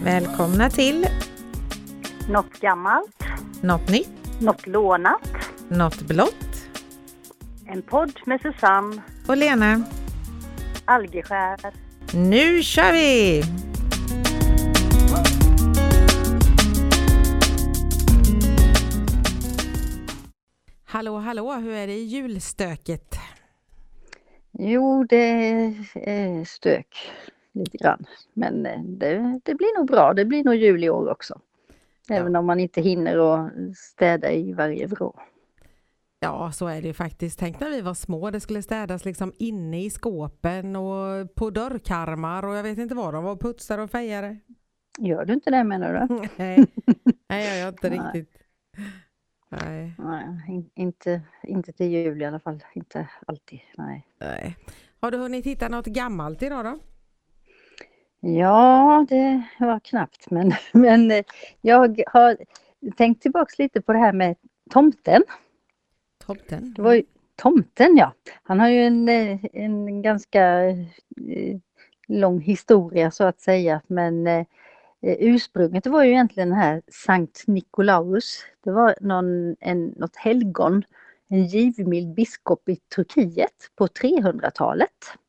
Välkomna till Något gammalt, Något nytt, något lånat. Något blått En podd med Susanne och Lena. Algeskär. Nu kör vi! Hallå, hallå, hur är det i julstöket? Jo, det är stök lite grann. Men det blir nog bra. Det blir nog jul i år också. Även om man inte hinner och städa i varje vrå. Ja, så är det ju faktiskt. Tänk när vi var små, det skulle städas liksom inne i skåpen och på dörrkarmar och jag vet inte vad de var, putsare och fejare. Gör du inte det, menar du? Nej, jag gör inte riktigt. Nej. Nej, inte till jul i alla fall. Inte alltid, nej. Har du hunnit hitta något gammalt idag då? Ja, det var knappt. Men jag har tänkt tillbaka lite på det här med tomten. Tomten? Det var ju tomten, ja. Han har ju en ganska lång historia så att säga. Men ursprunget var ju egentligen den här Sankt Nikolaus. Det var något helgon, en givmild biskop i Turkiet på 300-talet.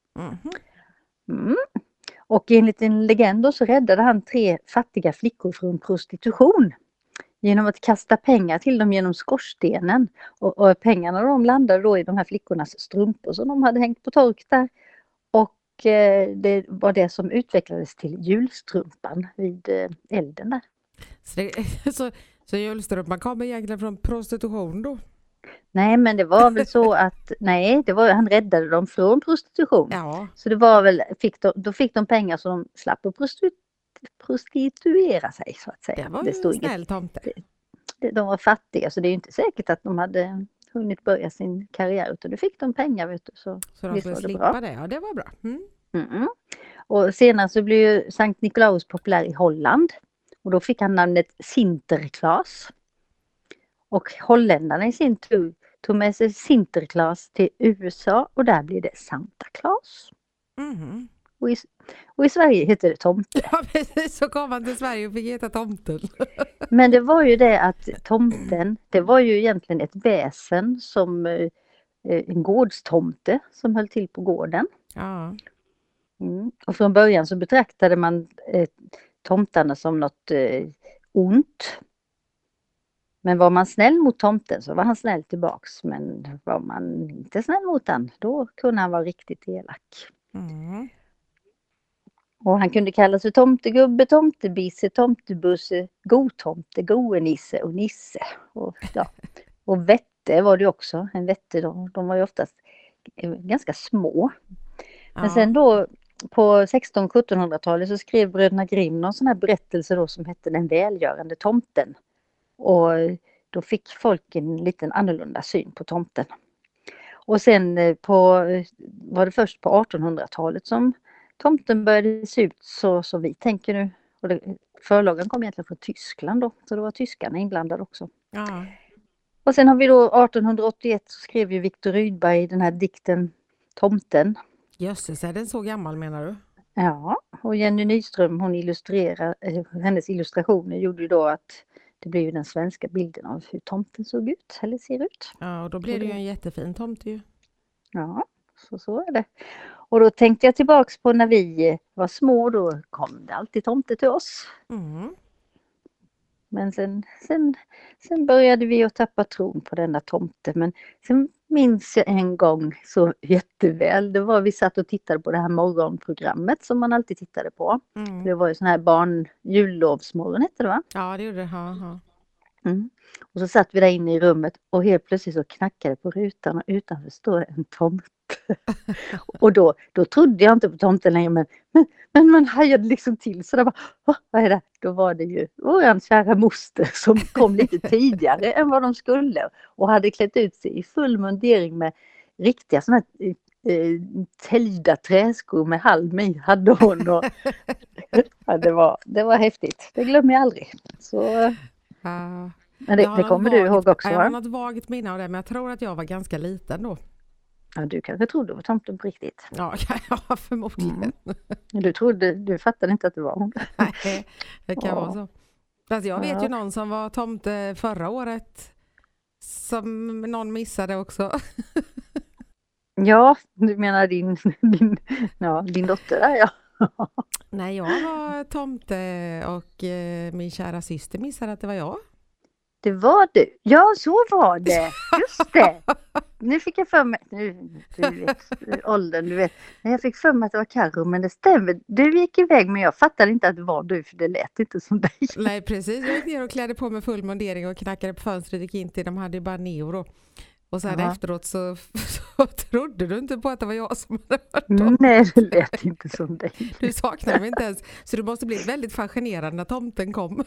Och enligt en legend så räddade han 3 fattiga flickor från prostitution genom att kasta pengar till dem genom skorstenen. Och pengarna de landade då i de här flickornas strumpor som de hade hängt på tork där. Och det var det som utvecklades till julstrumpan vid elden där. Så julstrumpan kommer egentligen från prostitution då? Nej, men det var väl så att han räddade dem från prostitution. Ja. Så det var väl, då fick de pengar så de slapp att prostituera sig så att säga. Det var ju en snäll tomte. De var fattiga så det är ju inte säkert att de hade hunnit börja sin karriär utan då fick de pengar, vet du. Så de skulle slippa det, ja det var bra. Och senare så blev ju Sankt Nikolaus populär i Holland och då fick han namnet Sinterklaas. Och holländarna i sin tur tog med sig Sinterklaas till USA och där blev det Santa Claus. Och i Sverige heter det tomte. Ja precis, så kom han till Sverige och fick heta tomten. Men det var ju det att tomten, det var ju egentligen ett väsen som en gårdstomte som höll till på gården. Ja. Och från början så betraktade man tomtarna som något ont. Men var man snäll mot tomten så var han snäll tillbaks. Men var man inte snäll mot han, då kunde han vara riktigt elak. Och han kunde kallas för tomtegubbe, tomtebisse, tomtebusse, godtomte, goenisse och nisse. Och vette var det också. En vette, de var ju oftast ganska små. Men sen då på 1600-1700-talet så skrev bröderna Grimm någon sån här berättelse då som hette Den välgörande tomten. Och då fick folk en liten annorlunda syn på tomten. Och sen var det först på 1800-talet som tomten började se ut så vi tänker nu. Och förlagan kom egentligen från Tyskland då, så det var tyskarna inblandade också. Ja. Och sen har vi då 1881 så skrev ju Viktor Rydberg den här dikten Tomten. Jösses, är den så gammal menar du? Ja, och Jenny Nyström hennes illustrationer gjorde ju då att det blev ju den svenska bilden av hur tomten såg ut, eller ser ut. Ja, och då blev det ju en jättefin tomte ju. Ja, så är det. Och då tänkte jag tillbaks på när vi var små, då kom det alltid tomte till oss. Men sen började vi att tappa tron på denna tomte. Men sen minns jag en gång så jätteväl. Det var vi satt och tittade på det här morgonprogrammet som man alltid tittade på. Det var ju sån här jullovsmorgon hette det va? Ja det gjorde det. Ja. Och så satt vi där inne i rummet och helt plötsligt så knackade det på rutan och utanför står en tomte. Och då trodde jag inte på tomten längre men man hajade liksom till så där bara, vad är det? Då var det ju våran kära moster som kom lite tidigare än vad de skulle och hade klätt ut sig i full mundering med riktiga såna här täljda träskor med halm i hade hon och ja, det var häftigt. Det glömmer jag aldrig. Så men det kommer du ihåg också, va? Jag har något vagt minne av det, men jag tror att jag var ganska liten då. Ja, du kanske trodde det var tomten på riktigt. Ja, ja förmodligen. Du fattade inte att det var hon. Nej, det kan vara så. Alltså jag vet Ja. ju någon som var tomte förra året som någon missade också. Ja, du menar din dotter där, ja. Nej, jag var tomte och min kära syster missade att det var jag. Det var du. Ja, så var det. Just det. Nu fick jag för mig, du vet, åldern, du vet. Men jag fick för mig att det var Karo, men det stämmer. Du gick iväg, men jag fattade inte att det var du, för det lät inte som dig. Nej, precis. Jag gick ner och klädde på mig full mundering och knackade på fönstret, gick in till, de hade ju bara neo då. Och sen efteråt så trodde du inte på att det var jag som hade varit tomte. Nej, det lät inte som dig. Du saknar mig inte ens. Så du måste bli väldigt fascinerad när tomten kom.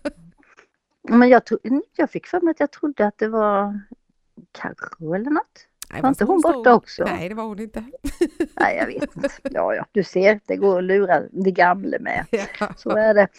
Men jag fick för mig att jag trodde att det var Karo eller något. Nej, var inte hon borta också? Nej, det var hon inte. Nej, jag vet inte. Ja, du ser, det går att lura det gamla med. Ja. Så är det.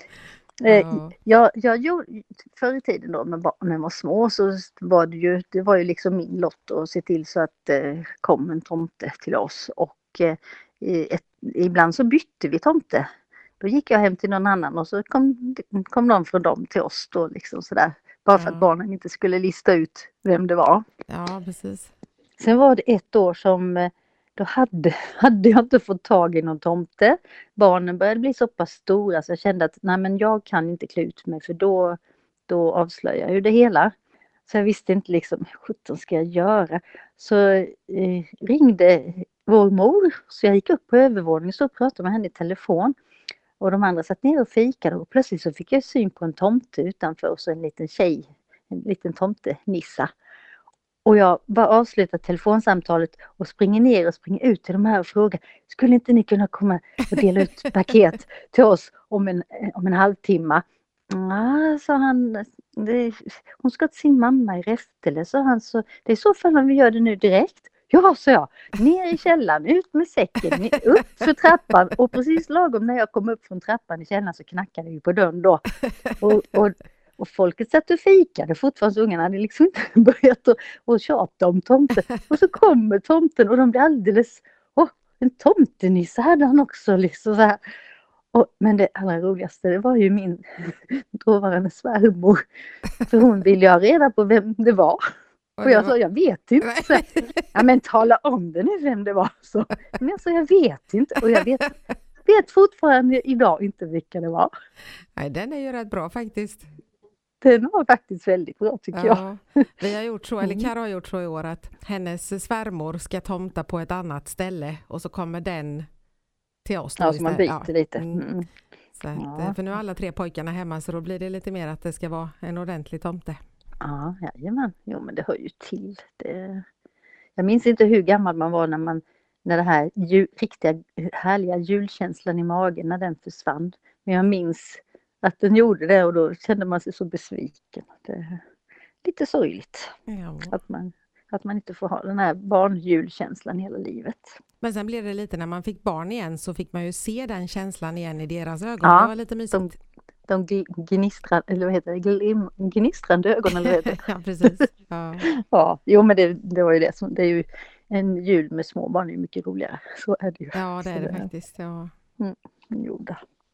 Ja. Jag gjorde, förr i tiden då, när barnen var små, så var det var ju liksom min lott att se till så att kom en tomte till oss. Och ibland så bytte vi tomte. Då gick jag hem till någon annan och så kom någon från dem till oss då liksom sådär. Bara för att barnen inte skulle lista ut vem det var. Ja, precis. Sen var det ett år som då hade jag inte fått tag i någon tomte. Barnen började bli så pass stora så jag kände att nej, men jag kan inte klä ut mig, för då avslöjar jag ju det hela. Så jag visste inte liksom, hur sjutton ska jag göra? Så ringde vår mor, så jag gick upp på övervåningen och pratade med henne i telefon. Och de andra satt ner och fikade och plötsligt så fick jag syn på en tomte utanför och så en liten tjej, en liten tomtenissa. Och jag bara avslutar telefonsamtalet och springer ner och springer ut till de här och frågar, skulle inte ni kunna komma och dela ut paket till oss om en halvtimme? Ja, sa han, hon ska till sin mamma i Räftele, sa han, så det är så fall om vi gör det nu direkt. Ja, sa jag, ner i källaren, ut med säcken, upp för trappan, och precis lagom när jag kom upp från trappan i källaren så knackade det ju på dörren då. Och folket satt och fikade fortfarande, så ungarna hade liksom inte börjat att tjata om tomten. Och så kommer tomten och de blir alldeles, en tomtenisse hade han också liksom så här. Men det allra roligaste, det var ju min dåvarande svärmor. För hon ville ju ha reda på vem det var. Och jag sa, jag vet inte. Så, ja, men tala om det nu vem det var. Så. Men jag sa, jag vet inte. Och jag vet fortfarande idag inte vilka det var. Nej, den är ju rätt bra faktiskt. Den var faktiskt väldigt bra tycker jag. Vi har gjort så, eller Karo har gjort så i år, att hennes svärmor ska tomta på ett annat ställe och så kommer den till oss. Ja, så man byter lite. Mm. Så att, för nu är alla 3 pojkarna hemma, så då blir det lite mer att det ska vara en ordentlig tomte. Ja, jajamän. Jo, men det hör ju till. Jag minns inte hur gammal man var när det här riktiga härliga julkänslan i magen, när den försvann. Men jag minns att den gjorde det, och då kände man sig så besviken. Det är lite sorgligt att man inte får ha den här barnjulkänslan hela livet. Men sen blev det lite, när man fick barn igen så fick man ju se den känslan igen i deras ögon. Ja, det var lite mysigt. De gnistrande, eller vad heter det? Gnistrande ögon, eller vad heter det? Ja, precis. Ja, jo, men det var ju det. Det är ju en jul med små barn är mycket roligare. Så är det ju. Ja, det är det faktiskt. Ja. Jo då.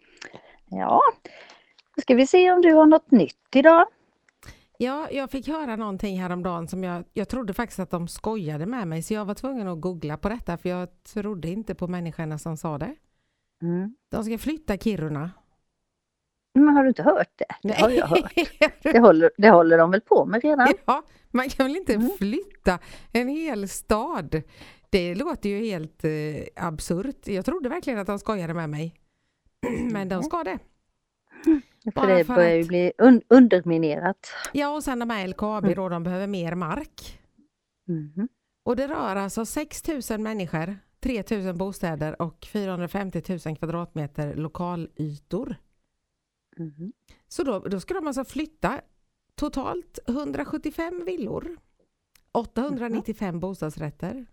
Ja, ska vi se om du har något nytt idag? Ja, jag fick höra någonting häromdagen som jag trodde faktiskt att de skojade med mig, så jag var tvungen att googla på detta, för jag trodde inte på människorna som sa det. De ska flytta Kiruna. Men har du inte hört det? Det har jag hört. Det håller de väl på med redan? Ja, man kan väl inte flytta en hel stad. Det låter ju helt absurt. Jag trodde verkligen att de skojade med mig. Men de ska det. För det börjar ju bli underminerat. Ja, och sen de här LKAB då, de behöver mer mark. Och det rör alltså 6 000 människor, 3 000 bostäder och 450 000 kvadratmeter lokalytor. Så då ska de alltså flytta totalt 175 villor, 895 bostadsrätter,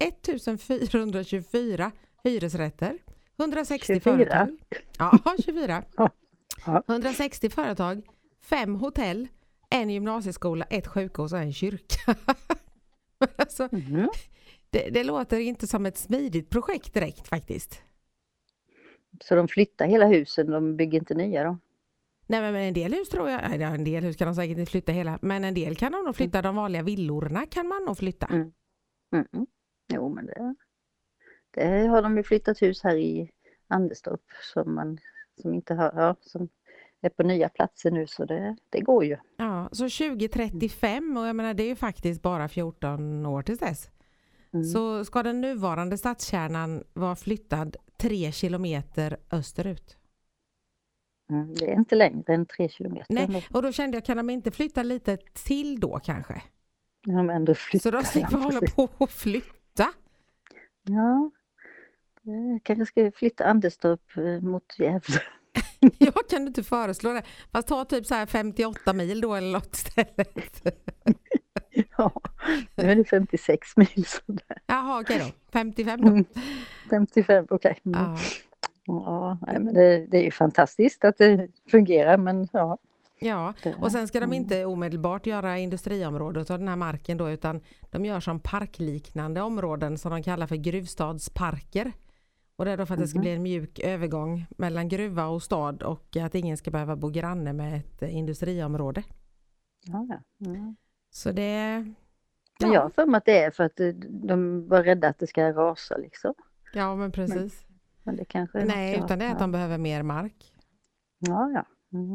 1424 hyresrätter, 160 företag. Ja, 24. 160 företag, 5 hotell, en gymnasieskola, ett sjukhus och en kyrka. Alltså, Det låter inte som ett smidigt projekt direkt faktiskt. Så de flyttar hela husen, de bygger inte nya då? Nej, men en del hus tror jag, en del hus kan de säkert inte flytta hela, men en del kan de nog flytta, de vanliga villorna kan man nog flytta. Jo, men det har de ju flyttat hus här i Anderstorp som inte har, som är på nya platser nu, så det går ju. Ja, så 2035, och jag menar det är ju faktiskt bara 14 år tills dess. Så ska den nuvarande stadskärnan vara flyttad 3 kilometer österut. Det är inte längre än 3 kilometer. Nej, och då kände jag, kan de inte flytta lite till då kanske? Ja, men ändå flyttar. Så de slipper hålla på och flytta. Ja, kanske ska flytta Anderstorp mot Gävle. Jag kan inte föreslå det. Fast ta typ så här 58 mil då eller något istället. Ja, nu är det 56 mil sådär. Jaha, okej då. 55 då. 55, okej. Ja. Ja, men det är ju fantastiskt att det fungerar, men ja. Ja, och sen ska de inte omedelbart göra industriområdet av den här marken då, utan de gör som parkliknande områden som de kallar för gruvstadsparker. Och det är då för att det ska bli en mjuk övergång mellan gruva och stad och att ingen ska behöva bo granne med ett industriområde. Ja. Så det... Men jag har för mig att det är för att de var rädda att det ska rasa liksom. Ja, men precis. Men det kanske... Nej, utan det är att de behöver mer mark. Ja.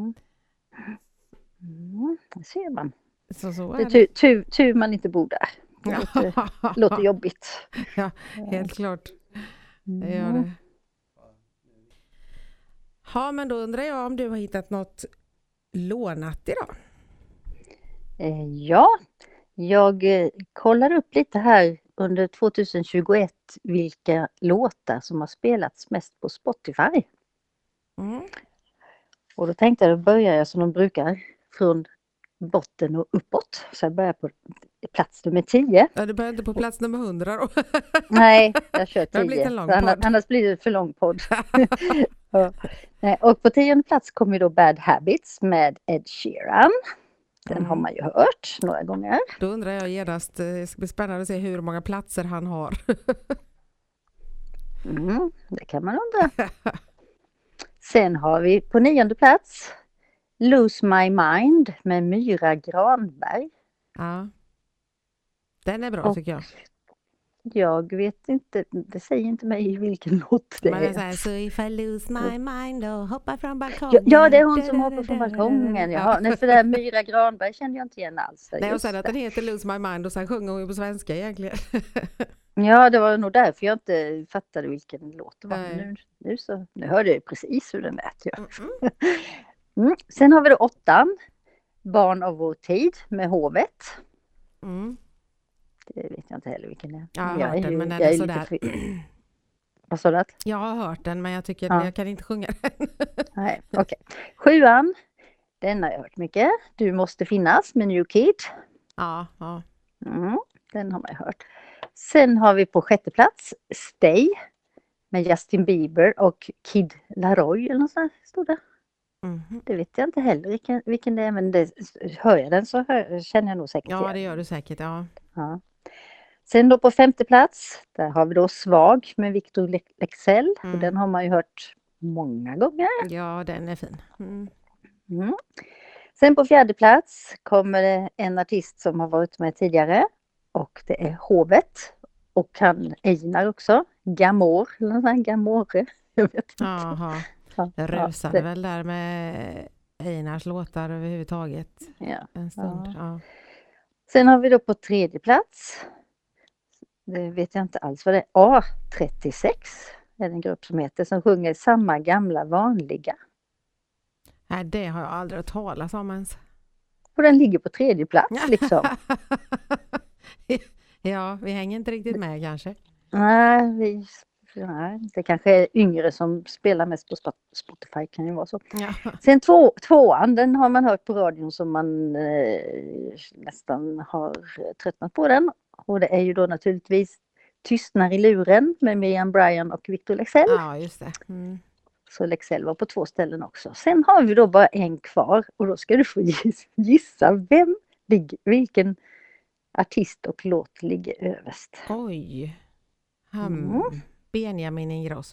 Det ser man. Så är det. Tur man inte bor där. Det låter jobbigt. Ja, helt klart. Det gör det. Ja, men då undrar jag om du har hittat något lånat idag? Ja, jag kollar upp lite här under 2021 vilka låtar som har spelats mest på Spotify. Och då tänkte jag, då börjar jag som de brukar från botten och uppåt. Så jag börjar på plats nummer 10. Ja, du börjar inte på plats nummer 100 då? Nej, jag kör 10. Det har blivit en lång podd. Annars blir det för lång podd. Ja. Och på 10:e plats kommer då Bad Habits med Ed Sheeran. Den har man ju hört några gånger. Då undrar jag genast, det ska bli spännande att se hur många platser han har. Det kan man undra. Sen har vi på 9:e plats Lose My Mind med Myra Granberg. Ja. Den är bra tycker jag. Jag vet inte, det säger inte mig vilken låt det är. Så här, so if I lose my mind och hoppar från balkongen. Ja, det är hon som hoppar från balkongen. Jaha, nej, för det här Myra Granberg kände jag inte igen alls. Nej, och sen att den heter Lose My Mind och sen sjunger hon ju på svenska egentligen. Ja, det var nog därför jag inte fattade vilken låt det var. Nu hörde jag precis hur den lät. Ja. Sen har vi då 8:an, Barn av vår tid med Hovet. Det vet jag inte heller vilken det är. Jag har hört den, men den är sådär. Vad sa du? Jag har hört den, men jag tycker jag kan inte sjunga den. Nej, okej. 7:an, den har jag hört mycket. Du måste finnas med New Kid. Ja. Den har man hört. Sen har vi på 6:e plats Stay med Justin Bieber och Kid Laroi eller något sånt stod det. Det vet jag inte heller vilken det är, men hör jag den så känner jag nog säkert. Ja, det gör du säkert, ja. Sen då på 5:e plats, där har vi då Svag med Victor Leksell. Och den har man ju hört många gånger. Ja, den är fin. Sen på 4:e plats kommer det en artist som har varit med tidigare. Och det är Hovet. Och han Einar också. Gamor, eller något sånt, Gamore. Jag vet inte. Jaha. Jag rusade väl där med Einars låtar överhuvudtaget. En stund. Ja. Sen har vi då på 3:e plats. Det vet jag inte alls vad det är. A36 är en grupp som heter, som sjunger Samma gamla vanliga. Nej, det har jag aldrig hört talas om ens. Och den ligger på 3:e plats liksom. Ja, vi hänger inte riktigt med kanske. Nej, det kanske är yngre som spelar mest på Spotify, kan ju vara så. Ja. Sen 2:an, den har man hört på radion som man nästan har tröttnat på den. Och det är ju då naturligtvis Tystnar i luren med Miriam Bryant och Victor Leksell. Ja, just det. Så Leksell var på 2 ställen också. Sen har vi då bara en kvar och då ska du få gissa vilken artist och låt ligger överst. Oj. Benjamin Ingrosso.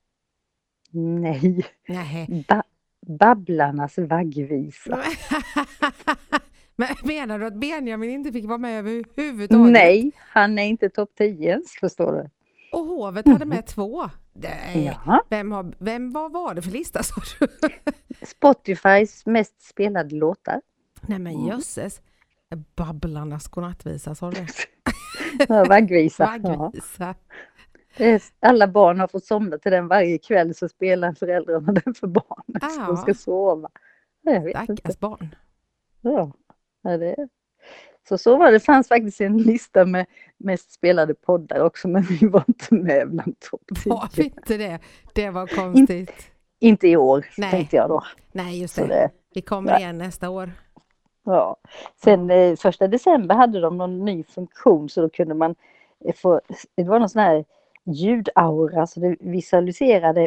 Nej. Nej. Babblarnas vaggvisa. Men menar du att Benjamin inte fick vara med överhuvudtaget? Nej, han är inte topp 10 ens, förstår du. Och Hovet hade med 2. Nej. Ja. Vad var det för lista, sa du? Spotifys mest spelade låtar. Nej men jösses. Babblarnas godnattvisa, sa du? Ja, vaggvisa. Vaggvisa. Ja. Alla barn har fått somna till den varje kväll, så spelar föräldrarna den för barnen. Så de ska sova. Jag vet Stackars inte. barn. Ja, det är. Så var det. Det fanns faktiskt en lista med mest spelade poddar också, men vi var inte med bland topp 10. Var vi inte det? Det var konstigt. Inte i år, tänkte jag då. Nej, just det. Vi kommer igen nästa år. Ja. Sen 1 december hade de någon ny funktion, så då kunde man få, det var någon sån här ljudaura, så det visualiserade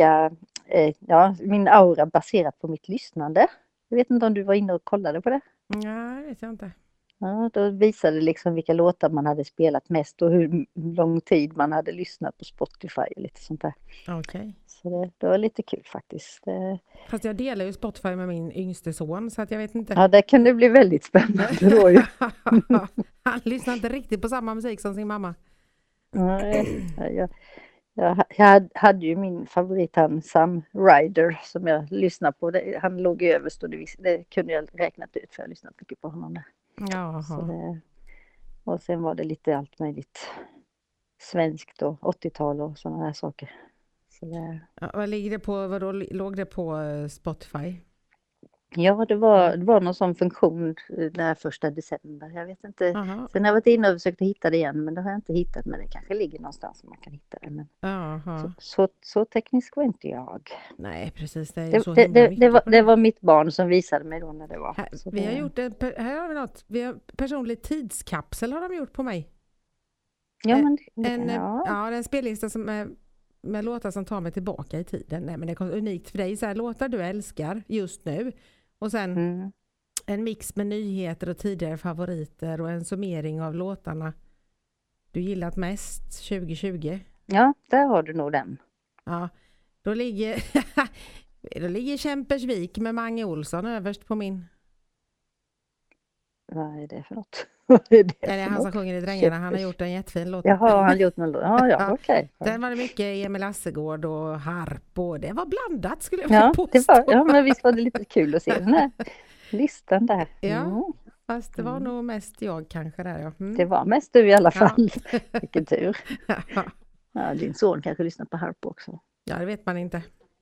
min aura baserat på mitt lyssnande. Jag vet inte om du var inne och kollade på det? Nej, det vet jag inte. Ja, då visade det liksom vilka låtar man hade spelat mest och hur lång tid man hade lyssnat på Spotify och lite sånt där. Okej. Så det var lite kul faktiskt. Fast jag delar ju Spotify med min yngste son, så att jag vet inte. Ja, det kunde bli väldigt spännande då ju. Han lyssnar inte riktigt på samma musik som sin mamma. Jag hade ju min favorit, Sam Ryder, som jag lyssnade på. Han låg överst och det kunde jag räknat ut, för jag lyssnat mycket på honom där. Och sen var det lite allt möjligt svenskt och 80-tal och sådana här saker. Vad ligger det på, vadå låg det på Spotify? Ja, det var någon sån funktion den 1 december. Jag vet inte. Sen har jag varit inne och försökt hitta det igen, men det har jag inte hittat. Men det kanske ligger någonstans som man kan hitta det. Men så teknisk var inte jag. Nej, precis. Det är så himla mycket. Det var mitt barn som visade mig då när det var. Här har vi något. Vi har personlig tidskapsel har de gjort på mig. Ja, men det är en spellista som med låtar som tar mig tillbaka i tiden. Nej, men det är unikt för dig. Så här, låtar du älskar just nu. Och sen en mix med nyheter och tidigare favoriter och en summering av låtarna du gillat mest 2020. Ja, där har du nog den. Ja, då ligger Kämpersvik med Mange Olsson överst på min. Vad är det för något? Det är han som sjunger i Drängarna. Han har gjort en jättefin låt. Jaha, han har gjort någon låt. Ja, okej. Sen var det mycket Emil Assegård och harp och det var blandat, skulle jag påstå. Men visst var det lite kul att se den här listan där. Ja, fast det var nog mest jag kanske där. Ja. Det var mest du i alla fall. Vilken tur. Ja, din son kanske lyssnar på harp också. Ja, det vet man inte.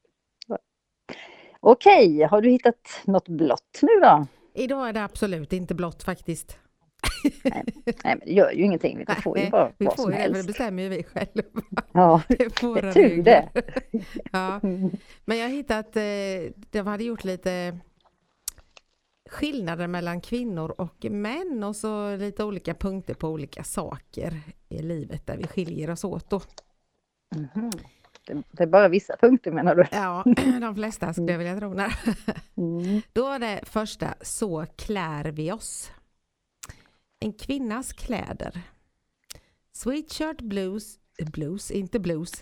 Okej, har du hittat något blått nu då? Idag är det absolut inte blått faktiskt. Nej, men det gör ju ingenting. Vi får ju bara vi vad får som ju helst. Det, det bestämmer ju vi själva. Ja, det är våra tur det. Ja. Men jag har hittat, de hade gjort lite skillnader mellan kvinnor och män och så lite olika punkter på olika saker i livet där vi skiljer oss åt då. Det är bara vissa punkter, menar du? Ja, de flesta skulle jag vilja tro. Då är det första, så klär vi oss. En kvinnas kläder. Sweatshirt, blues, inte blues.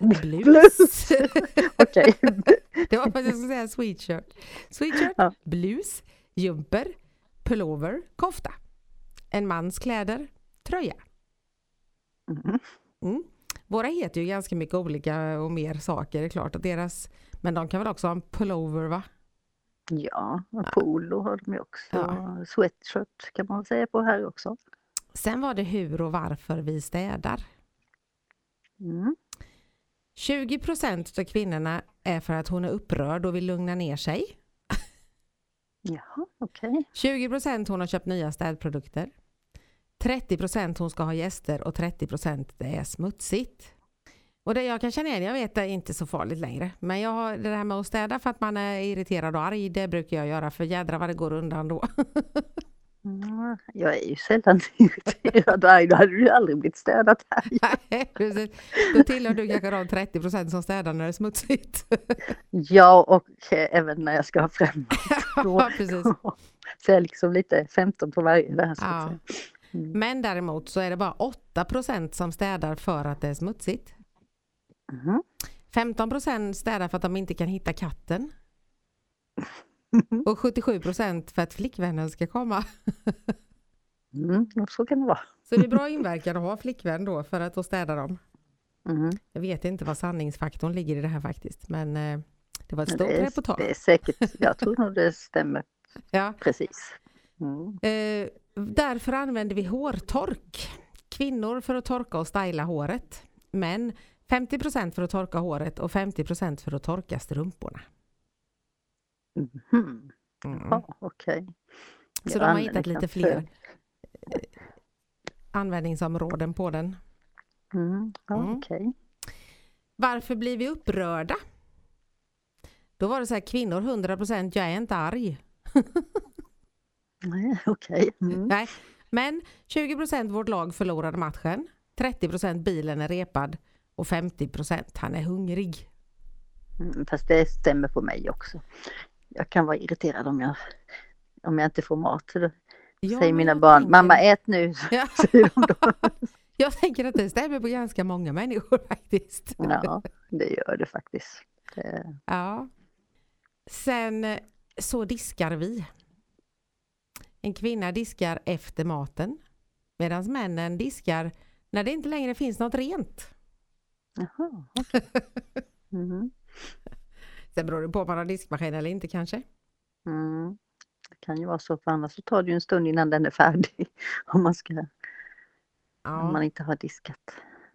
Okej. Det var faktiskt jag skulle säga sweatshirt. Sweatshirt, blues, jumper, pullover, kofta. En mans kläder, tröja. Våra heter ju ganska mycket olika och mer saker, det är klart att deras, men de kan väl också ha en pullover, va? Ja, och polo har de ju också. Ja. Sweatshirt kan man säga på här också. Sen var det hur och varför vi städar. 20% av kvinnorna är för att hon är upprörd och vill lugna ner sig. Jaha, okej. 20% hon har köpt nya städprodukter. 30% hon ska ha gäster och 30% det är smutsigt. Och det jag kan känna igen, jag vet det är inte så farligt längre. Men jag har det här med att städa för att man är irriterad och arg, det brukar jag göra för jädra vad det går undan då. Jag är ju sällan irriterad och arg, då hade du aldrig blivit städat här. Nej, precis. Då tillhör du kanske de 30% som städar när det är smutsigt. Ja, och även när jag ska ha fram. Ja, precis. Så jag är liksom lite 15 på varje där. Ja. Men däremot så är det bara 8% som städar för att det är smutsigt. 15% städar för att de inte kan hitta katten. Och 77% för att flickvännen ska komma. Så kan det vara. Så det är bra inverkan att ha flickvän då för att då städa dem. Jag vet inte vad sanningsfaktorn ligger i det här faktiskt. Men det var ett stort reportage. Det är säkert, jag tror nog det stämmer. Ja. Precis. Därför använder vi hårtork. Kvinnor för att torka och styla håret. Men 50% för att torka håret och 50% för att torka strumporna. Okej. Så de har hittat lite fler användningsområden på den. Okej. Varför blir vi upprörda? Då var det så här, kvinnor 100%, jag är inte arg. Nej, okej. Nej, men 20% vårt lag förlorade matchen. 30% bilen är repad. Och 50% han är hungrig. Fast det stämmer på mig också. Jag kan vara irriterad om jag inte får mat. Så då säger mina barn, mamma ät nu. Ja. Säger de då. Jag tänker att det stämmer på ganska många människor faktiskt. Ja, det gör det faktiskt. Ja. Sen så diskar vi. En kvinna diskar efter maten. Medan männen diskar när det inte längre finns något rent. Jaha, okej. Sen beror det på om man har diskmaskin eller inte kanske. Det kan ju vara så, för annars så tar det ju en stund innan den är färdig. Om man inte har diskat.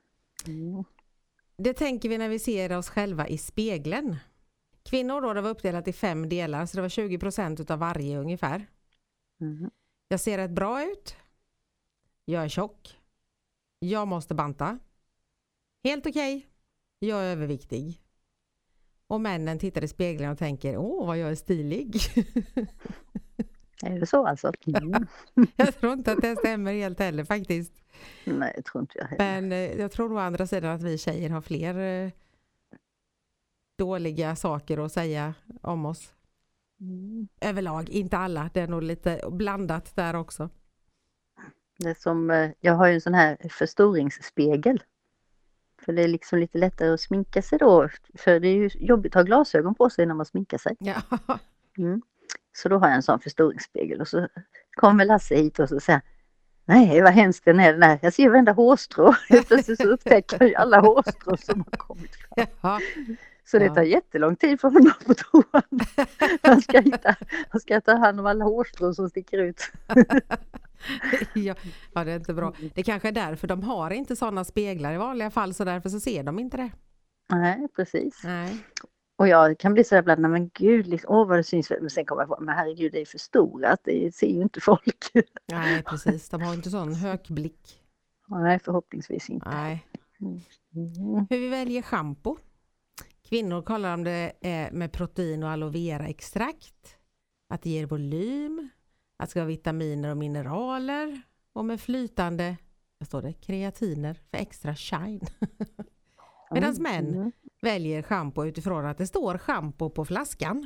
Det tänker vi när vi ser oss själva i spegeln. Kvinnor då, det var uppdelat i 5 delar. Så det var 20% av varje ungefär. Jag ser rätt bra ut. Jag är tjock. Jag måste banta. Helt okej. Jag är överviktig. Och männen tittar i spegeln och tänker, vad jag är stilig. Är det så alltså? Jag tror inte att det stämmer helt heller faktiskt. Nej, jag tror inte jag heller. Men jag tror å andra sidan att vi tjejer har fler dåliga saker att säga om oss. Överlag, inte alla. Det är nog lite blandat där också. Det är som, jag har ju en sån här förstoringsspegel. För det är liksom lite lättare att sminka sig då. För det är ju jobbigt att ha glasögon på sig när man sminkar sig. Ja. Så då har jag en sån förstoringsspegel. Och så kommer Lasse hit och så säger, nej vad hemskt den är den här. Jag ser varenda hårstrå. Plötsligt så upptäcker jag alla hårstrå som har kommit fram. Ja. Så det tar jättelång tid för honom på toan. Han ska ta hand om alla hårstrån som sticker ut. Ja, det är inte bra. Det kanske är därför de har inte sådana speglar i vanliga fall, så därför så ser de inte det. Nej, precis. Nej. Och jag kan bli så här ibland, men gud, liksom, vad det syns. Men sen kommer jag på, men herregud, det är för storat. Det ser ju inte folk. Nej, precis. De har inte sån högblick. Nej, förhoppningsvis inte. Nej. Hur vi väljer shampoo. Kvinnor kollar om det är med protein och aloe vera extrakt. Att det ger volym. Att det ska ha vitaminer och mineraler. Och med flytande, vad står det? Kreatiner för extra shine. Medan män väljer shampoo utifrån att det står shampoo på flaskan.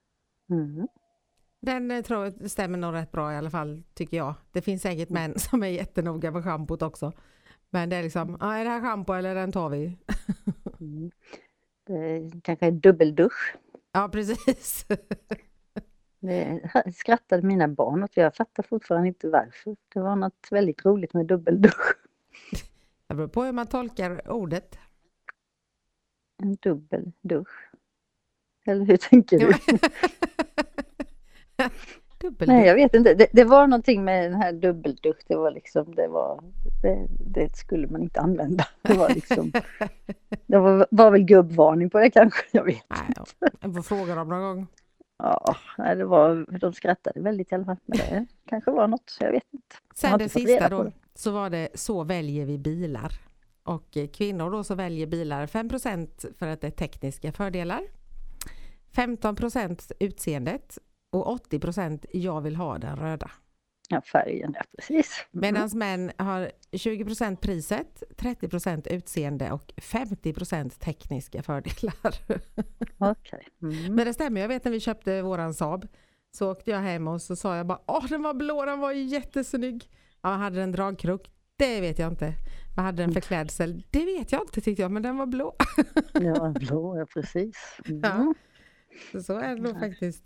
Den tror jag stämmer nog rätt bra i alla fall, tycker jag. Det finns säkert män som är jättenoga med schampot också. Men det är liksom, är det här shampoo eller den tar vi? Det kanske är dubbeldusch. Ja, precis. Det skrattade mina barn och jag fattar fortfarande inte varför. Det var något väldigt roligt med dubbeldusch. Det beror på hur man tolkar ordet. En dubbeldusch. Eller hur tänker du? Nej, jag vet inte. Det var någonting med den här dubbeldusch. Det var liksom, det skulle man inte använda. Det var liksom, det var väl gubbvarning på det kanske, jag vet inte. Jag får fråga dem någon gång. Ja, de skrattade väldigt i alla fall. Men det kanske var något, jag vet inte. Sen det sista då, så var det så väljer vi bilar. Och kvinnor då så väljer bilar 5% för att det är tekniska fördelar. 15% utseendet. Och 80% jag vill ha den röda. Ja, färgen, ja precis. Medan män har 20% priset, 30% utseende och 50% tekniska fördelar. Okej. Men det stämmer, jag vet när vi köpte våran Saab så åkte jag hem och så sa jag bara, den var blå, den var jättesnygg. Ja, hade den dragkrok? Det vet jag inte. Vad hade den för klädsel? Det vet jag inte tyckte jag, men den var blå. Ja, blå, ja precis. Ja. Så är det nog faktiskt.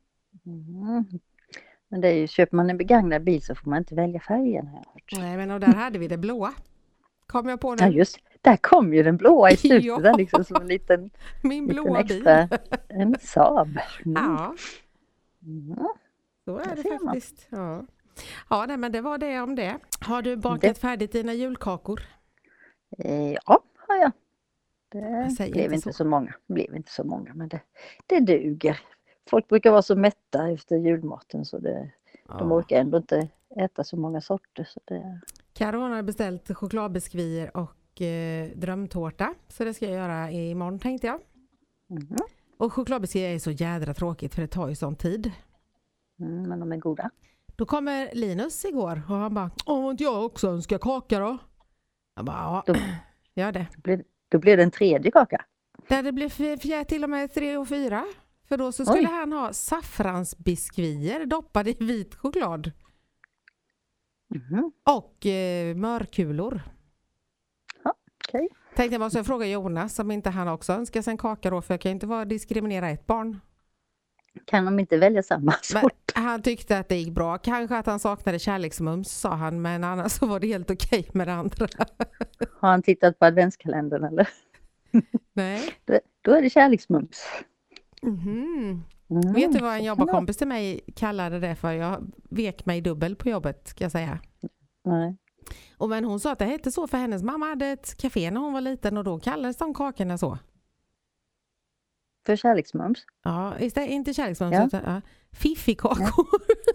Men det är ju, köper man en begagnad bil så får man inte välja färgen, har jag hört. Nej, men och där hade vi det blåa. Kom jag på nu? Ja, just där kom ju den blåa i slutet. Ja. Där liksom som en liten, Min liten blåa extra, bil. en Saab. Ja, Mm. så är det ser man. faktiskt. Ja, nej, men det var det om det. Har du bakat färdigt dina julkakor? Ja, har jag. Jag Det säger blev inte inte så. så många. Det blev inte så många, men det duger. Folk brukar vara så mätta efter julmaten så de Ja. orkar ändå inte äta så många sorter. Så det... Karo har beställt chokladbiskvier och drömtårta. Så det ska jag göra imorgon tänkte jag. Mhm. Och chokladbiskvier är så jädra tråkigt för det tar ju sån tid. Men de är goda. Då kommer Linus igår och han bara, åh inte jag också önskar kaka då? Jag bara, ja, Då- gör det. Då blir det en tredje kaka. Där det blir till och med 3 och 4. För då så skulle han ha saffransbiskvier doppade i vit choklad. Mhm. Och mörkulor. Okej. Tänkte jag måste fråga Jonas om inte han också önskar sig en kaka då. För jag kan inte vara diskriminera ett barn. Kan de inte välja samma Men sort? han tyckte att det gick bra. Kanske att han saknade kärleksmums sa han. Men annars så var det helt okej med det andra. Har han tittat på adventskalendern eller? Nej. Då är det kärleksmums. Mhm. Mm. Vet du vad en jobbarkompis till mig kallade det för? Jag vek mig dubbel på jobbet ska jag säga. Nej. Och men hon sa att det hette så för hennes mamma hade ett café när hon var liten och då kallades de kakorna så. För kärleksmums? Ja, inte kärleksmums Ja. utan fiffigkakor.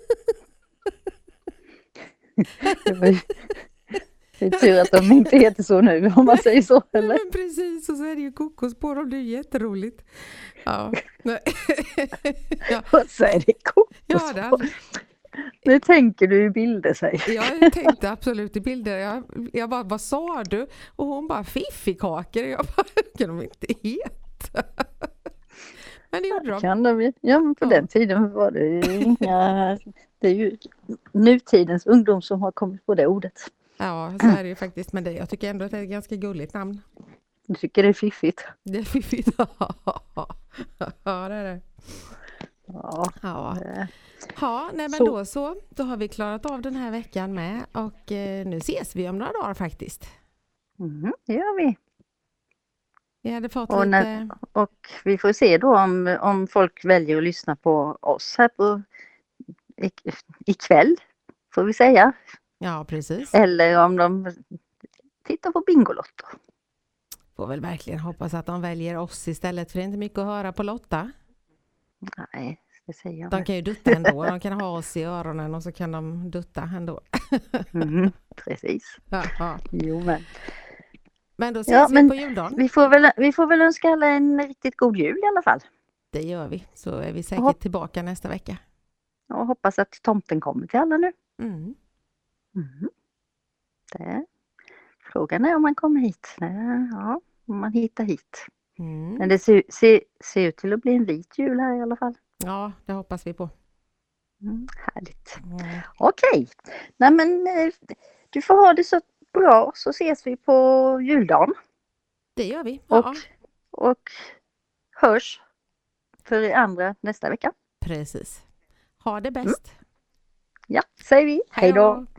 Det är tur att de inte heter så nu om man säger så. Nej, Eller? men precis, och så är det ju kokos på dem, det är jätteroligt. Ja, nej. Ja, Och så är det kokos. ja det, Nu tänker du i bilder, säger jag tänkte absolut i bilder. Jag bara, vad sa du? Och hon bara, fiffigkakor. Jag bara, kan de inte heta? Men det gjorde de. kan de? Ja, men på den tiden var det ju inga... Det är ju nutidens ungdom som har kommit på det ordet. Ja, så är det ju faktiskt. Men jag tycker ändå att det är ett ganska gulligt namn. Du tycker det är fiffigt? Det är fiffigt. Ja, det är det. Ja. Ja. Ja, nej men då har vi klarat av den här veckan med och nu ses vi om några dagar faktiskt. Det gör vi. Vi hade fått Och, lite... och vi får se då om folk väljer att lyssna på oss här på ikväll, får vi säga. Ja, precis. Eller om de tittar på Bingolotto. Får väl verkligen hoppas att de väljer oss istället för det är inte mycket att höra på Lotta. Nej, det säger jag. De kan ju dutta ändå. De kan ha oss i öronen och så kan de dutta ändå. Precis. Ja. Jo, Men då ses vi på juldagen. Vi får väl önska alla en riktigt god jul i alla fall. Det gör vi. Så är vi säkert tillbaka nästa vecka. Och hoppas att tomten kommer till alla nu. Mm. Frågan är om man kommer hit. Ja, om man hittar hit. Mm. Men det ser ut till att bli en vit jul här i alla fall. Ja, det hoppas vi på. Härligt. Okej. Nej, men du får ha det så bra så ses vi på juldagen. Det gör vi. Ja. Och hörs för er andra nästa vecka. Precis. Ha det bäst. Ja, säger vi. Hej då.